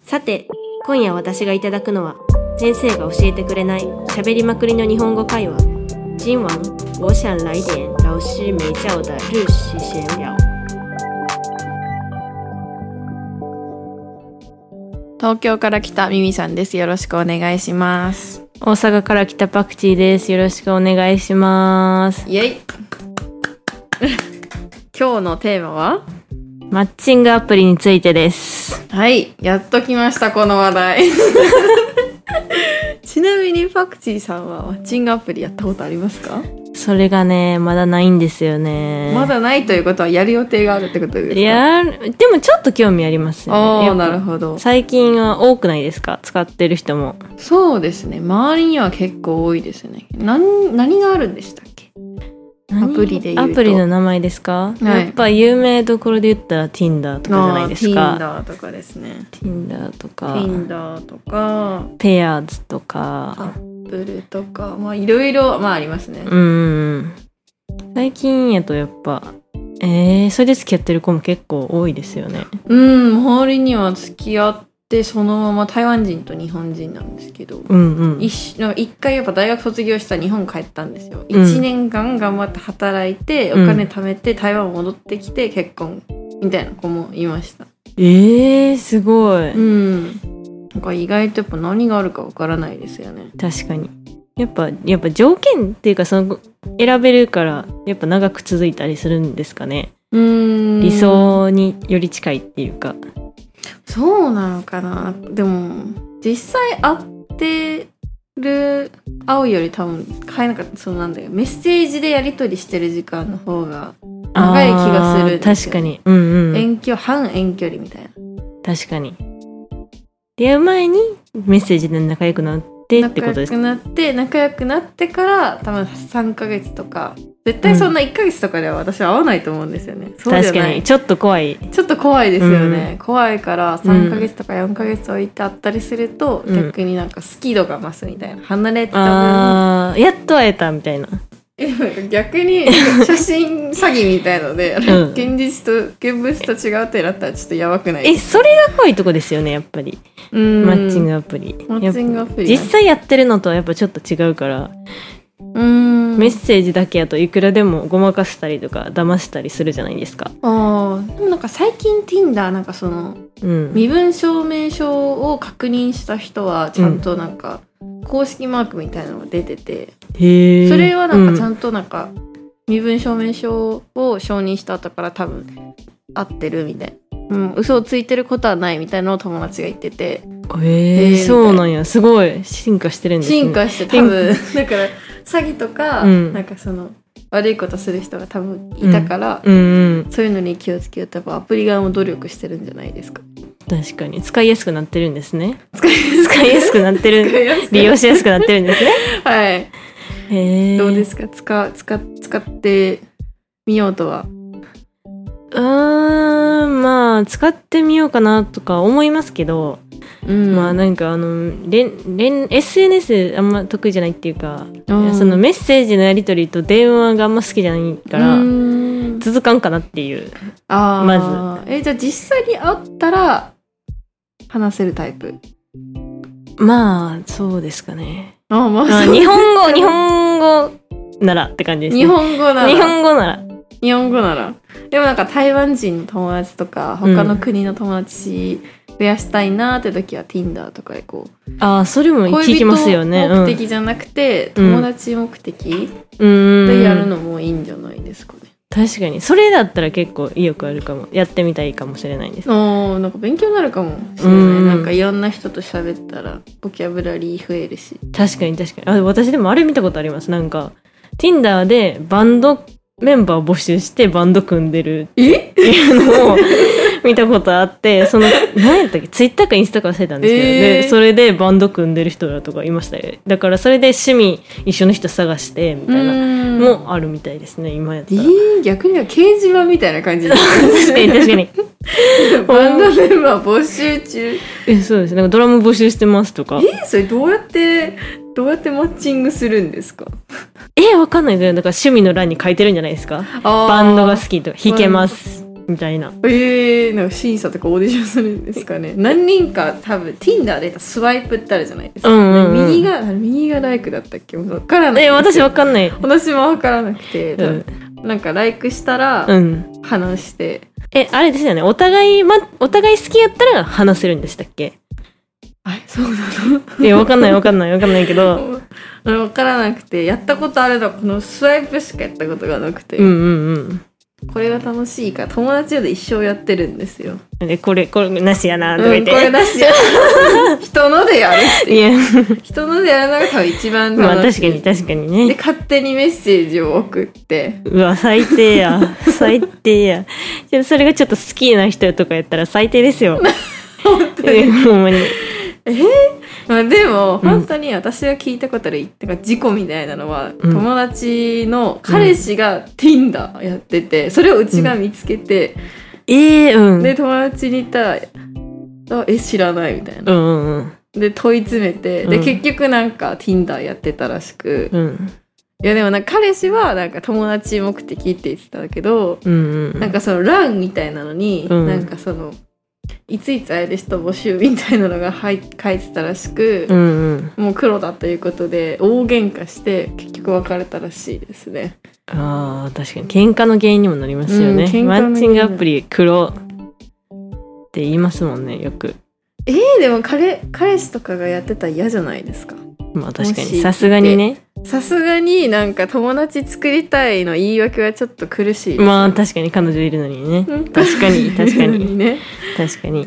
さて、今夜私がいただくのは先生が教えてくれない喋りまくりの日本語会話。今晚我想来点老师没教的日式闲聊。 東京から来たミミさんです。よろしくお願いします。 大阪から来たパクチーです。よろしくお願いします。 イエイ今日のテーマはマッチングアプリについてです。 はい、やっと来ましたこの話題ちなみにパクチーさんはマッチングアプリやったことありますか？ それがね、まだないんですよね。 まだないということはやる予定があるってことですか？ いや、でもちょっと興味ありますよね。 なるほど。 最近は多くないですか？使ってる人も。 そうですね、周りには結構多いですね。何があるんでしたっけ？アプリで言うと。 アプリの名前ですか？はい、やっぱ有名どころで言ったら Tinder とかじゃないですか。 Tinder とかですね。 Tinder とか Pairs とか Apple とか、まあいろいろありますね。 最近やとやっぱそれで付き合ってる子も結構多いですよね。 周りには付き合ってそのまま台湾人と日本人なんですけど、一回やっぱ大学卒業したら日本帰ったんですよ。1年間頑張って働いてお金貯めて台湾戻ってきて結婚みたいな子もいました。 すごい。 なんか意外とやっぱ何があるかわからないですよね。 確かに。やっぱ条件っていうかその選べるからやっぱ長く続いたりするんですかね。理想により近いっていうか。 そうなのかな。でも実際会うより多分そうなんだよ。メッセージでやり取りしてる時間の方が長い気がするんですよ。 確かに。 半遠距離みたいな。 確かに。出会う前にメッセージで仲良くなってってことですか？ 仲良くなってから多分3ヶ月とか、絶対そんな1ヶ月とかでは私は会わないと思うんですよね。そうじゃない。確かにちょっと怖いですよね。怖いから3ヶ月とか4ヶ月置いてあったりすると、逆になんか好き度が増すみたいな。離れてた分やっと会えたみたいな。 逆に写真詐欺みたいので、現物と違うってなったらちょっとやばくないですか？ それが怖いとこですよね、やっぱり。マッチングアプリ実際やってるのとはやっぱちょっと違うから、メッセージだけやといくらでもごまかせたりとか騙したりするじゃないですか。 でもなんか最近 Tinder なんかその、身分証明書を確認した人はちゃんとなんか公式マークみたいなのが出てて、それはなんかちゃんとなんか身分証明書を承認した後から多分合ってるみたいな、嘘をついてることはないみたいなのを友達が言ってて、 そうなんや。すごい進化してるんですね。 進化して多分だから詐欺とか、なんかその悪いことする人が多分いたから、そういうのに気をつけようとアプリ側も努力してるんじゃないですか。 確かに使いやすくなってるんですね。使いやすくなってる利用しやすくなってるんですね。 はい。どうですか？使ってみようとは。 まあ使ってみようかなとか思いますけど、まあなんかSNS あんま得意じゃないっていうか、そのメッセージのやり取りと電話があんま好きじゃないから続かんかなっていう。まずじゃあ実際に会ったら話せるタイプ？ まあそうですかね。日本語ならって感じですね。 日本語ならでもなんか台湾人の友達とか他の国の友達増やしたいなって時は Tinder とかでこう、 それも聞きますよね。 目的じゃなくて、友達目的でやるのもいいんじゃないですかね。 確かにそれだったら結構意欲あるかも。やってみたいかもしれないです。 なんか勉強になるかもしれない。なんかいろんな人と喋ったらボキャブラリー増えるし。確かに。私でもあれ見たことあります。なんか Tinder でバンドメンバー募集してバンド組んでるっていうのを見たことあって、その何やったっけ、ツイッターかインスタか忘れたんですけど、でそれでバンド組んでる人らとかいましたよ。だからそれで趣味一緒の人探してみたいなもあるみたいですね、今やったら。 逆には掲示板みたいな感じで確かにバンドメンバー募集中。 そうです。なんかドラム募集してますとか。 それどうやってマッチングするんですか？ わかんないけど、だから趣味の欄に書いてるんじゃないですか。バンドが好きとか弾けますみたいな。 なんか審査とかオーディションするんですかね。何人か多分 Tinder でスワイプってあるじゃないですか、右がライクだったっけ、分からない。 私分かんない。 私も分からなくて、なんかライクしたら話して、 あれですよね、お互い好きやったら話せるんでしたっけ？ そうなの？ 分かんないけど分からなくて、やったことあるのはこのスワイプしかやったことがなくて、これが楽しいから友達で一生やってるんですよ。 これなしやなとか言って、 これなしやな人のでやるっていう人のでやるのが多分一番楽しい。 確かにね。 で勝手にメッセージを送って、 うわ最低やそれがちょっと好きな人とかやったら最低ですよ本当にほんまに。 でも本当に私が聞いたことある事故みたいなのは、友達の彼氏が Tinder やってて、それをうちが見つけて、で友達に言ったら知らないみたいな、で問い詰めて、で結局なんか Tinder やってたらしく、いやでもなんか彼氏はなんか友達目的って言ってたけど、なんかその欄みたいなのに、なんかそのいついつ会える人募集みたいなのが書いてたらしく、もう黒だということで大喧嘩して結局別れたらしいですね。 確かに喧嘩の原因にもなりますよね、マッチングアプリ黒って言いますもんね、よく。 でも彼氏とかがやってたら嫌じゃないですか。 まあ確かに、さすがにね、 さすがになんか友達作りたいの言い訳はちょっと苦しいです、ね。 まあ確かに彼女いるのにね、確かにね、 確かに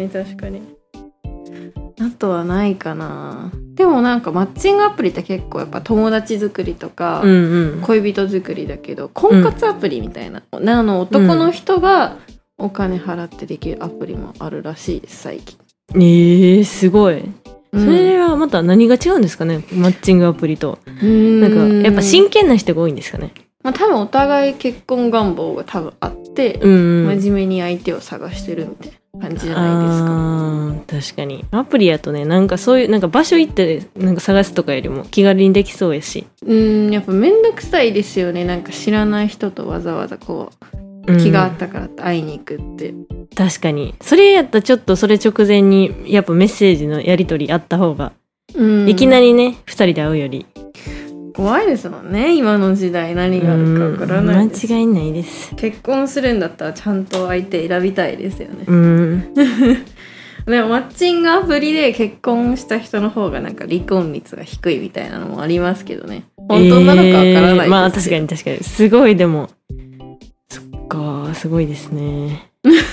あとはないかな。でもなんかマッチングアプリって結構やっぱ友達作りとか、恋人作りだけど婚活アプリみたいな、男の人がお金払ってできるアプリもあるらしいです最近。 すごい。それはまた何が違うんですかね、マッチングアプリと。なんかやっぱ真剣な人が多いんですかね。 多分お互い結婚願望が多分あって、真面目に相手を探してるみたいな感じじゃないですか。 確かにアプリやとね、なんかそういうなんか場所行ってなんか探すとかよりも気軽にできそうやし、 やっぱ面倒くさいですよね。なんか知らない人とわざわざこう気があったからって会いに行くって。 確かにそれやったらちょっとそれ直前にやっぱメッセージのやり取りあった方が、いきなりね2人で会うより怖いですもんね。今の時代何があるかわからないです。 間違いないです。 結婚するんだったらちゃんと相手選びたいですよね。でもマッチングアプリで結婚した人の方がなんか離婚率が低いみたいなのもありますけどね。本当なのかわからないですけど、 まあ確かにすごい。でもそっか、すごいですね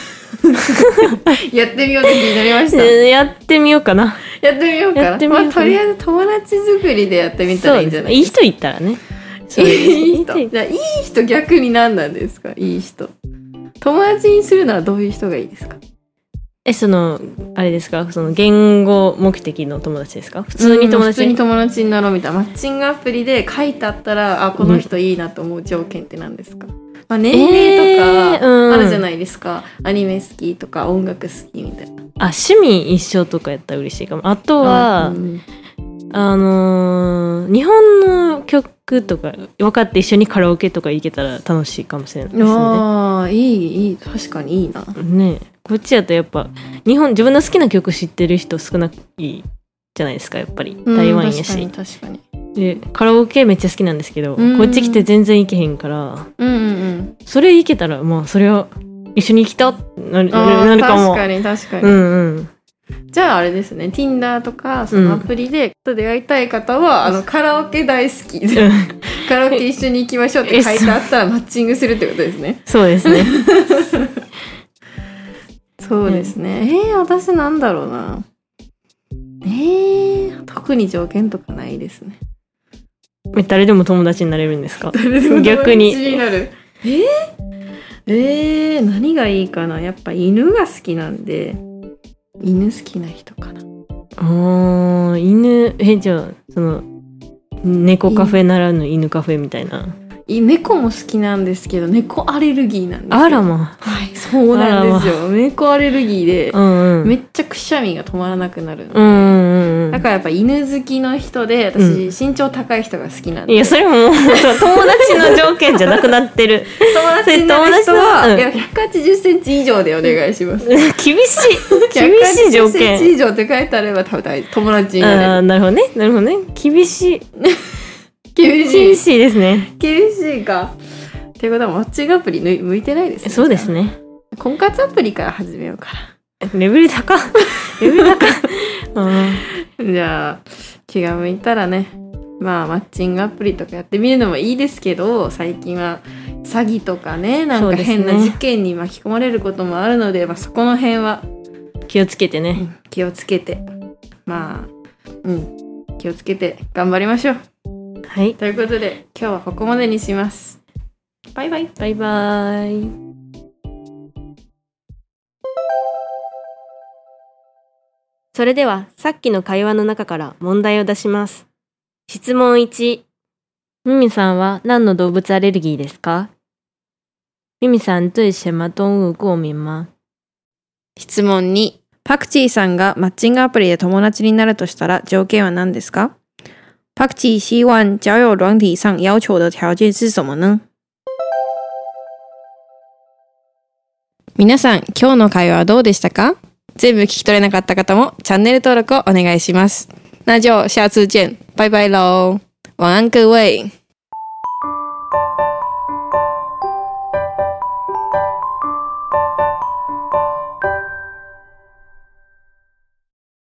やってみようって気になりました。 やってみようかな。 とりあえず友達作りでやってみたらいいんじゃないですか。 いい人いったらね。 いい人逆に何なんですか。いい人友達にするならどういう人がいいですか。 あれですか、その言語目的の友達ですか。普通に友達になろうみたいな。マッチングアプリで書いてあったらこの人いいなと思う条件って何ですか。年齢とかあるじゃないですか、アニメ好きとか音楽好きみたいな。 趣味一緒とかやったら嬉しいかも。あとは日本の曲とか分かって一緒にカラオケとか行けたら楽しいかもしれないですね。 いい確かにいいな。 ね、こっちやとやっぱ自分の好きな曲知ってる人少ないじゃないですか、やっぱり台湾やし。 確かにでカラオケめっちゃ好きなんですけど、こっち来て全然行けへんから、それ行けたらまあそれは一緒に行きたってなるかも。 確かに、じゃああれですね、 Tinder とかそのアプリで出会いたい方は、カラオケ大好きカラオケ一緒に行きましょうって書いてあったらマッチングするってことですね。 そうですねそうですね。私なんだろうな。特に条件とかないですね。 誰でも友達になれるんですか。 誰でも友達になる。何がいいかな。やっぱ犬が好きなんで犬好きな人かな。 犬じゃあその猫カフェならぬ犬カフェみたいな。 猫も好きなんですけど、猫アレルギーなんですよ。 あらま。 はい、そうなんですよ。猫アレルギーで、めっちゃくしゃみが止まらなくなるので、だからやっぱ犬好きの人で、私、身長高い人が好きなんで。 いや、それも友達の条件じゃなくなってる。 友達の人は、180センチ以上でお願いします。 厳しい条件。180 センチ以上って書いてあれば友達になれる。 なるほどね。なるほどね。厳しい。 厳しいですね。 厳しいか。っていうことはマッチングアプリ向いてないですね。 そうですね。 婚活アプリから始めようかな。レベル高。 じゃあ気が向いたらね、まあマッチングアプリとかやってみるのもいいですけど、最近は詐欺とかね、なんか変な事件に巻き込まれることもあるので、まあ、そこの辺は気をつけてね。 気をつけて、まあ気をつけて頑張りましょう。 はい。 ということで今日はここまでにします。バイバイ。 バイバイ。それではさっきの会話の中から問題を出します。質問1。ミミさんは何の動物アレルギーですか？ミミさん对什么动物过敏吗？ 質問2。パクチーさんがマッチングアプリで友達になるとしたら条件は何ですか？パクチー希望交友軟体上要求的条件是什么呢？皆さん、今日の会話はどうでしたか？全部聞き取れなかった方もチャンネル登録をお願いします。那就下次见，拜拜喽，晚安各位。